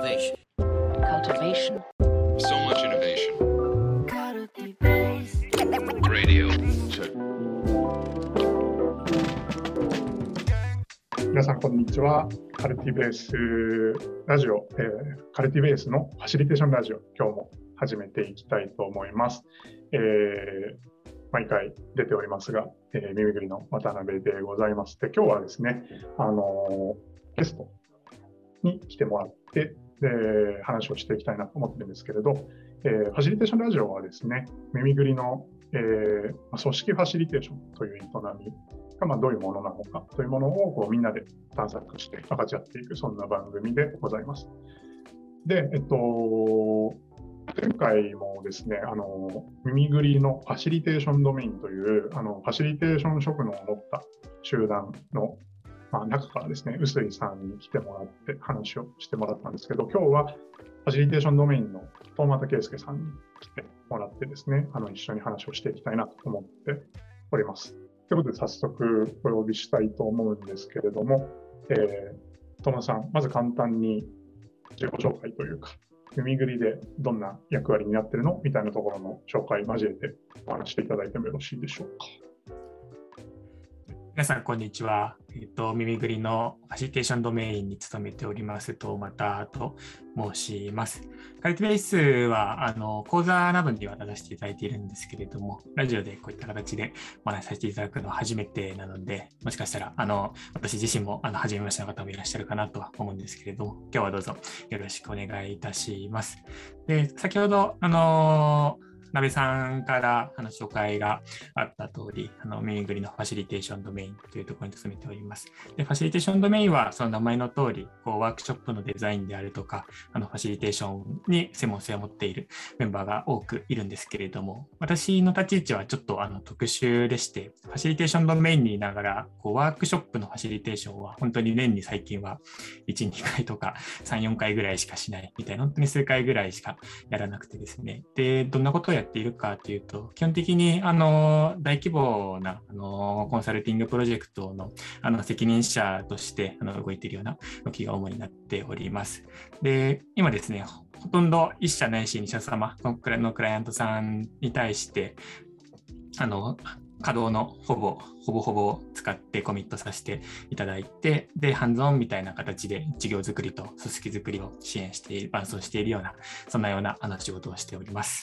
Innovation. Cultivation. So much innovation. Radio. 皆さんこんにちは。カルティベースラジオ、カルティベースのファシリテーションラジオ、今日も始めていきたいと思います。毎回出ておりますが、耳ぐりの渡辺でございます。で、今日はですね、ゲストに来てもらって、話をしていきたいなと思ってるんですけれど、ファシリテーションラジオはですね、耳ぐりの、組織ファシリテーションという営みが、どういうものなのかというものをみんなで探索して分かち合っていく、そんな番組でございます。で、前回もですね、耳ぐりのファシリテーションドメインという、ファシリテーション職能を持った集団の、中からですね、臼井さんに来てもらって話をしてもらったんですけど、今日はファシリテーションドメインの遠俣圭介さんに来てもらってですね、一緒に話をしていきたいなと思っております。ということで、早速お呼びしたいと思うんですけれども、遠俣さん、まず簡単に自己紹介というか、耳ぐりでどんな役割になっているのみたいなところの紹介交えてお話していただいてもよろしいでしょうか。 皆さんこんにちは。耳ぐりのファシリテーションドメインに勤めております遠俣と申します。カルティベースは講座などには出させていただいているんですけれども、ラジオでこういった形でお話しさせていただくのは初めてなので、もしかしたら私自身も初めましての方もいらっしゃるかなとは思うんですけれども、今日はどうぞよろしくお願いいたします。で、先ほど鍋さんから紹介があった通り、耳ぐりのファシリテーションドメインというところに勤めております。で、ファシリテーションドメインはその名前の通り、ワークショップのデザインであるとか、ファシリテーションに専門性を持っているメンバーが多くいるんですけれども、私の立ち位置はちょっと特殊でして、ファシリテーションドメインにいながら、ワークショップのファシリテーションは本当に年に最近は1、2回とか3、4回ぐらいしかしないみたいな、本当に数回ぐらいしかやらなくてですね。で、どんなことをやっているかというと、基本的に大規模なコンサルティングプロジェクトの責任者として動いているような動きが主になっております。で、今ですね、ほとんど1社ないし2社様のクライアントさんに対して稼働のほぼ使ってコミットさせていただいて、で、ハンズオンみたいな形で事業作りと組織作りを支援して、伴走しているような、そんなような仕事をしております。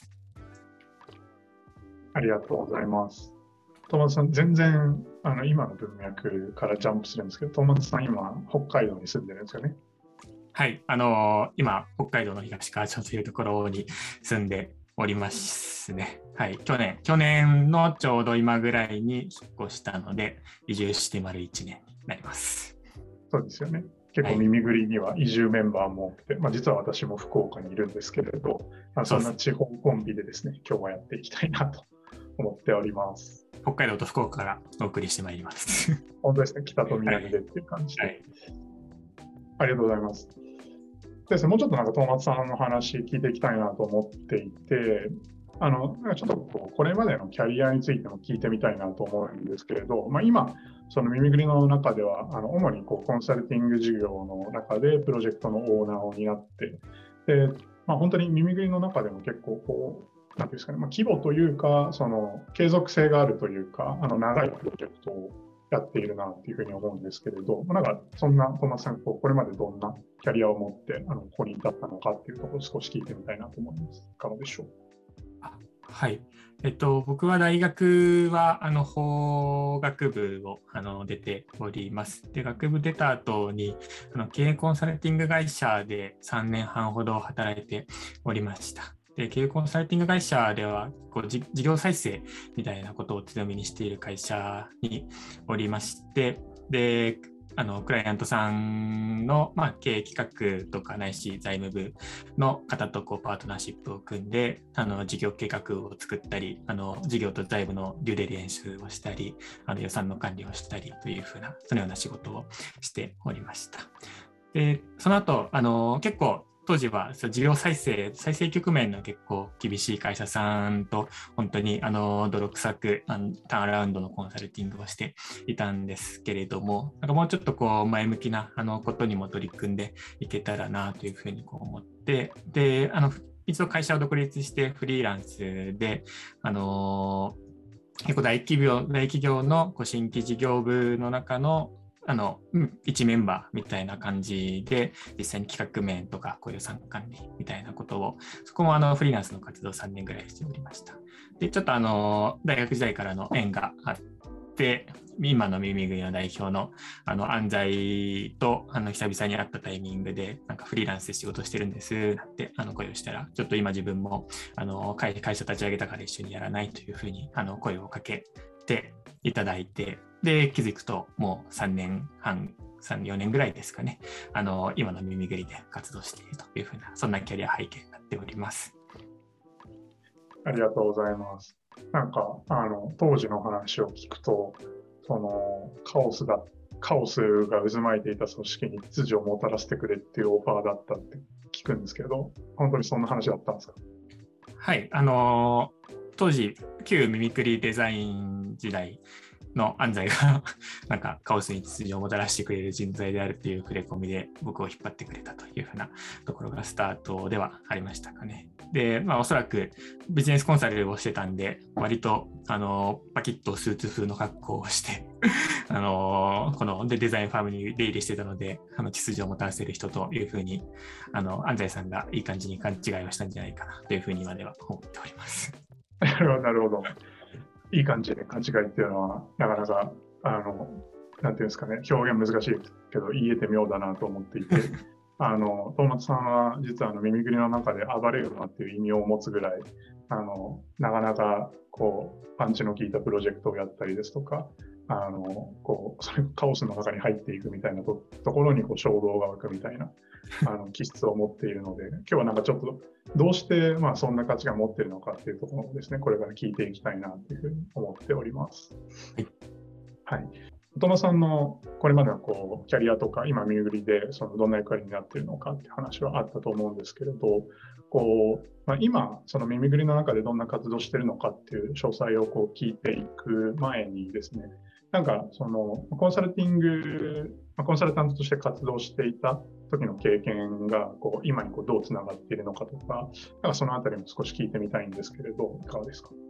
ありがとうございます。遠俣さん、全然今の文脈からジャンプするんですけど、遠俣さん、今、北海道に住んでるんですよね。 はい、今、北海道の東川町というところに住んでおりますね。はい、去年のちょうど今ぐらいに引っ越したので、移住して丸1年になります。 そうですよね。結構耳ぐりには移住メンバーも多くて、実は私も福岡にいるんですけれど、そんな地方コンビでですね、今日はやっていきたいなと思っております。 北海道と福岡からお送りしてまいります。 本当ですね、北と南でっていう感じで、はい。ありがとうございます。ですね、もうちょっと遠俣さんの話聞いていきたいなと思っていて、ちょっとこれまでのキャリアについても聞いてみたいなと思うんですけれど、今、その耳ぐりの中では、主にコンサルティング事業の中でプロジェクトのオーナーを担って、で、本当に耳ぐりの中でも結構なんていうんですかね、規模というか、その継続性があるというか、長いプロジェクトをやっているなというふうに思うんですけれど、そんな遠俣さん、これまでどんなキャリアを持ってここに至ったのかっていうところを少し聞いてみたいなと思います。いかがでしょう。 はい。僕は大学は法学部を出ております。で、学部出た後に経営コンサルティング会社で3年半ほど働いておりました。で、経営コンサルティング会社では事業再生みたいなことを強みにしている会社におりまして、で、クライアントさんの、経営企画とかないし財務部の方とパートナーシップを組んで事業計画を作ったり事業と財務のデューデリエンスをしたり予算の管理をしたりというふうなそのような仕事をしておりました。でその後結構当時は事業再生局面の結構厳しい会社さんと本当に泥臭くターンアラウンドのコンサルティングをしていたんですけれども、なんかもうちょっとこう前向きなことにも取り組んでいけたらなというふうにこう思って、で一度会社を独立してフリーランスで結構大企業の新規事業部の中の一メンバーみたいな感じで実際に企画面とかこういう参加管理みたいなことを、そこもフリーランスの活動を3年ぐらいしておりました。でちょっと大学時代からの縁があって、今の耳ぐりの代表の安西と久々に会ったタイミングでなんかフリーランスで仕事してるんですなんて声をしたら、ちょっと今自分も会社立ち上げたから一緒にやらないというふうに声をかけていただいて、で気づくともう3年半4年ぐらいですかね、今の耳ぐりで活動しているというふうな、そんなキャリア背景になっております。 ありがとうございます。なんか当時の話を聞くと、そのカオスが渦巻いていた組織に秩序をもたらしてくれっていうオファーだったって聞くんですけど、本当にそんな話だったんですか？ はい、当時旧耳くりデザイン時代の安西がなんかカオスに秩序をもたらしてくれる人材であるという触れ込みで僕を引っ張ってくれたというふうなところがスタートではありましたかね。で、おそらくビジネスコンサルをしてたんで、割とパキッとスーツ風の格好をしてこのデザインファームに出入りしてたので、秩序をもたらせる人というふうに安西さんがいい感じに勘違いをしたんじゃないかなというふうに今では思っております。 なるほど。いい感じで勘違いっていうのはなかなかなんていうんですかね、表現難しいけど言えて妙だなと思っていて東松さんは実は耳ぐりの中で暴れるなっていう意味を持つぐらいなかなかこうパンチの効いたプロジェクトをやったりですとかそれカオスの中に入っていくみたいなところに衝動が湧くみたいな気質を持っているので、今日はなんかちょっとどうしてそんな価値観を持っているのかっていうところをですね、これから聞いていきたいなというふうに思っております。はい。大人さんのこれまでのキャリアとか今耳ぐりでどんな役割になっているのかっていう話はあったと思うんですけれど、今耳ぐりの中でどんな活動しているのかっていう詳細を聞いていく前にですね、なんかコンサルタントとして活動していた時の経験が今にどうつながっているのかとか、なんかそのあたりも少し聞いてみたいんですけれど、いかがですか？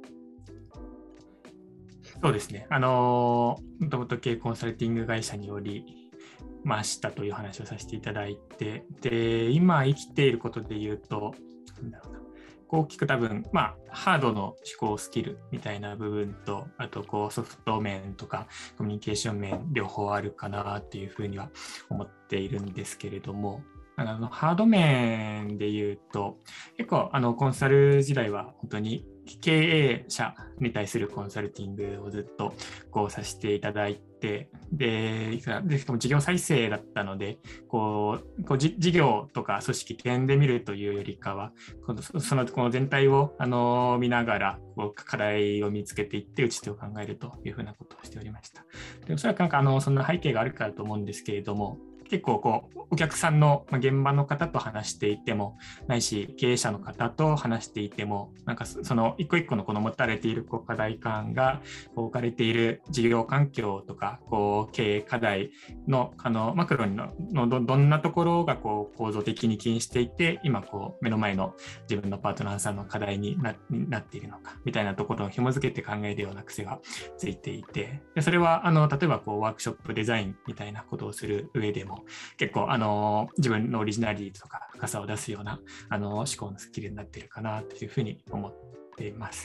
そうですね。もともと経営コンサルティング会社によりましたという話をさせていただいて、で、今生きていることで言うと、大きく多分、ハードの思考スキルみたいな部分と、あとソフト面とかコミュニケーション面両方あるかなっていうふうには思っているんですけれども、ハード面で言うと、結構コンサル時代は本当に経営者に対するコンサルティングをずっとさせていただいて、でしかも事業再生だったので、事業とか組織点で見るというよりかは、この全体を見ながら課題を見つけていって打ち手を考えるというふうなことをしておりました。でおそらくそんな背景があるからと思うんですけれども、結構お客さんの現場の方と話していても、ないし経営者の方と話していても、なんかその一個一個の持たれている課題感が置かれている事業環境とか経営課題のマクロのどんなところが構造的に起因していて、今目の前の自分のパートナーさんの課題に なっているのかみたいなところを紐付けて考えるような癖がついていて、でそれは例えばワークショップデザインみたいなことをする上でも結構自分のオリジナリティとか深さを出すような思考のスキルになっているかなというふうに思っています。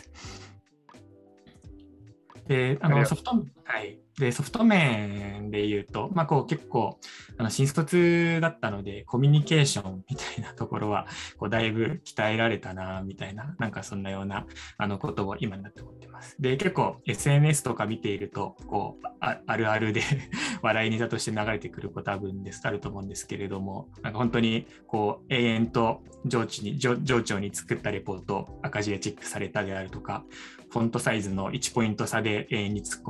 でソフト面で言うと、結構新卒だったのでコミュニケーションみたいなところはだいぶ鍛えられたなみたいな、なんかそんなようなことを今になって思ってます。で結構 SNS とか見ているとあるあるで笑いネタとして流れてくることあると思うんですけれども、なんか本当に永遠と上長に作ったレポート赤字でチェックされたであるとか、フォントサイズの1ポイント差で永遠に突っ込まれた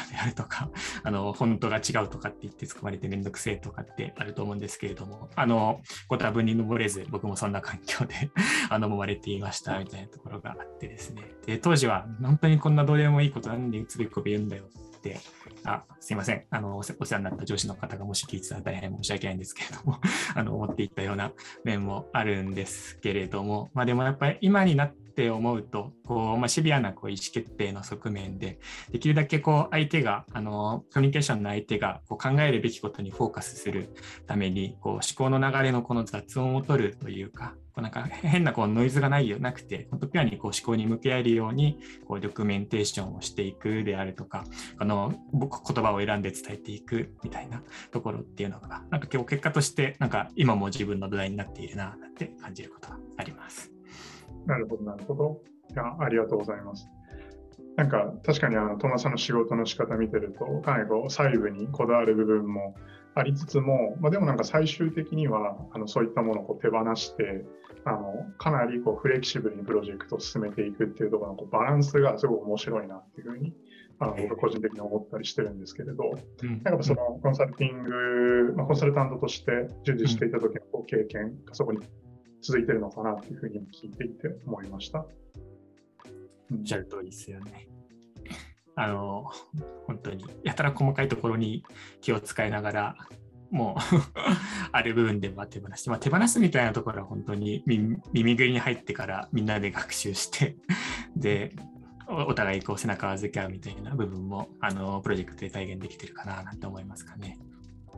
であるとか、フォントが違うとかって言って突っ込まれてめんどくせえとかってあると思うんですけれども、ご多分に漏れず、僕もそんな環境で揉まれていましたみたいなところがあってですね。で、当時は本当にこんなどうでもいいことなんでつべこべ言うんだよって、すいません。お世話になった上司の方がもし聞いてたら大変申し訳ないんですけれども、思っていったような面もあるんですけれども、でもやっぱり今になって思うと、シビアな意思決定の側面で、できるだけ相手が、コミュニケーションの相手が考えるべきことにフォーカスするために、思考の流れのこの雑音を取るというか、なんか変なノイズがなくて、本当ピュアに思考に向き合えるようにドキュメンテーションをしていくであるとか、言葉を選んで伝えていくみたいなところっていうのが、なんか結果としてなんか今も自分の土台になっているなって感じることがあります。 なるほど、なるほど。いや、ありがとうございます。なんか確かにトマさんの仕事の仕方見てると、かなり細部にこだわる部分もありつつも、でもなんか最終的にはそういったものを手放して、かなりフレキシブルにプロジェクトを進めていくっていうところのバランスがすごく面白いなっていうふうに僕個人的に思ったりしてるんですけれど、なんかそのコンサルティング、コンサルタントとして従事していた時の経験がそこに続いてるのかなっていうふうに聞いていて思いました。 おっしゃる通りですよね。本当にやたら細かいところに気を使いながら、もうある部分では手放して、手放すみたいなところは本当に耳ぐりに入ってからみんなで学習してで、お互い背中を預け合うみたいな部分もプロジェクトで体現できてるかななんて思いますかね。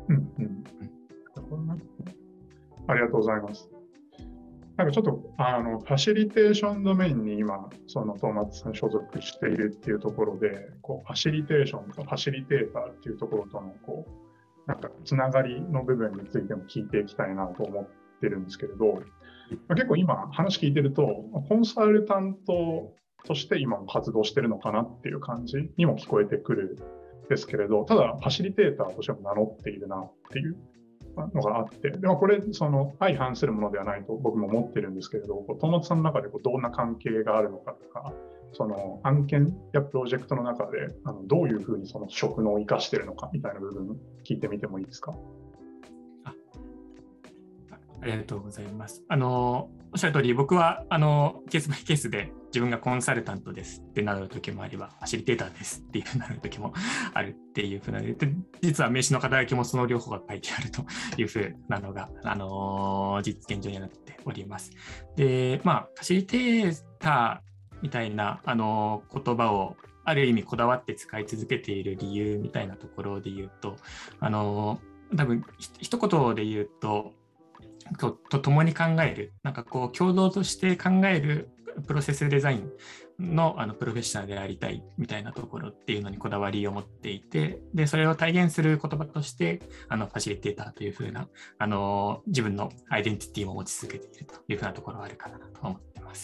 ありがとうございます。なんかちょっとファシリテーションドメインに今そのトーマツさん所属しているっていうところで、ファシリテーションとファシリテーターっていうところとのなんかつながりの部分についても聞いていきたいなと思ってるんですけれど、結構今話聞いてるとコンサルタントとして今も活動してるのかなっていう感じにも聞こえてくるんですけれど、ただファシリテーターとしても名乗っているなっていうのがあって、でもこれ相反するものではないと僕も思ってるんですけれど、トーマツさんの中でどんな関係があるのかとか、その案件やプロジェクトの中でどういうふうにその職能を生かしているのかみたいな部分聞いてみてもいいですか？ ありがとうございます。おっしゃる通り、僕はケースバイケースで自分がコンサルタントですってなる時もあれば、ファシリテーターですっていうふうになる時もあるっていうふうなで、実は名刺の肩書きもその両方が書いてあるというふうなのが、実現上になっております。で、ファシリテーターみたいな言葉をある意味こだわって使い続けている理由みたいなところで言うと、多分一言で言うと、共に考える、なんか共同として考えるプロセスデザインのプロフェッショナルでありたいみたいなところっていうのにこだわりを持っていて、でそれを体現する言葉としてファシリテーターというふうな自分のアイデンティティも持ち続けているというふうなところはあるかなと思っています。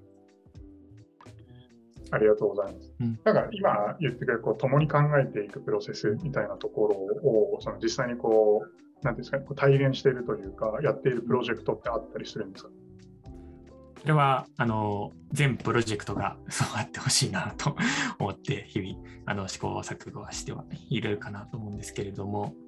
ありがとうございます。だから今言ってくれる共に考えていくプロセスみたいなところを実際になんですかね、体現しているというかやっているプロジェクトってあったりするんですか？ それは全プロジェクトがそうあってほしいなと思って日々試行錯誤はしてはいるかなと思うんですけれども、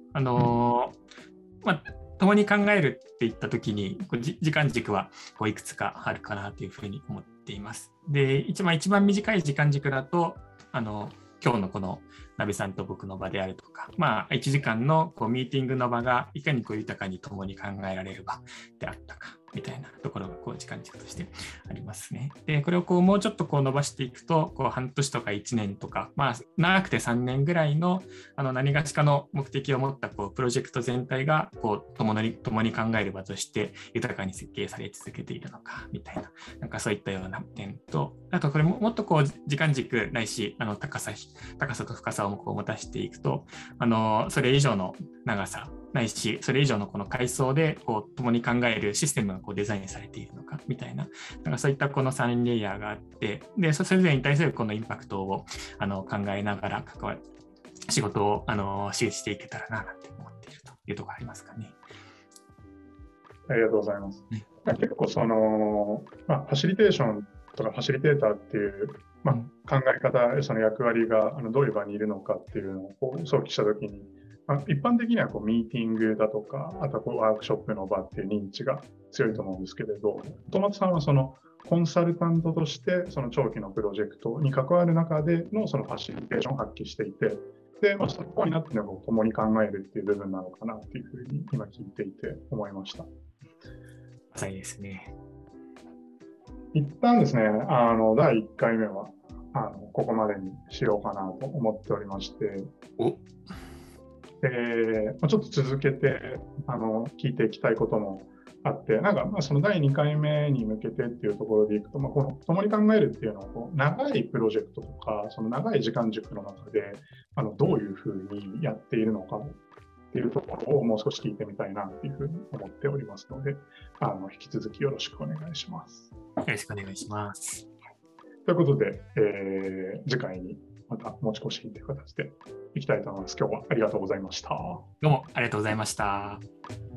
共に考えるっていったときに時間軸はいくつかあるかなというふうに思っています。で、一番短い時間軸だと今日のこの鍋さんと僕の場であるとか、1時間のミーティングの場がいかに豊かに共に考えられる場であったかみたいなところが時間軸としてありますね。で、これをもうちょっと伸ばしていくと半年とか1年とか、長くて3年ぐらいの何がしかの目的を持ったプロジェクト全体が共に考える場として豊かに設計され続けているのかみたいな、なんかそういったような点と、あとこれもっと時間軸ないし高さと深さを持たせていくとそれ以上の長さないし、それ以上のこの階層で共に考えるシステムがデザインされているのかみたいな、なんかそういったこの3レイヤーがあって、でそれぞれに対するこのインパクトを考えながら仕事を支持していけたらなって思っているというところありますかね。 ありがとうございます。結構ファシリテーションとかファシリテーターっていう考え方、その役割がどういう場にいるのかっていうのをこう想起したときに、一般的にはこうミーティングだとか、あとはこうワークショップの場っていう認知が強いと思うんですけれど、トマトさんはそのコンサルタントとしてその長期のプロジェクトに関わる中でのそのファシリテーションを発揮していて、で、そこになってのを共に考えるっていう部分なのかなっていうふうに今聞いていて思いました。 そうですね。 一旦ですね、第1回目はここまでにしようかなと思っておりまして、ちょっと続けて聞いていきたいこともあって、その第2回目に向けてっていうところでいくと、この共に考えるっていうのをこう長いプロジェクトとか、その長い時間軸の中でどういうふうにやっているのかっていうところをもう少し聞いてみたいなっていうふうに思っておりますので、引き続きよろしくお願いします。 よろしくお願いします。 ということで、次回にまた持ち越しという形でいきたいと思います。今日はありがとうございました。 どうもありがとうございました。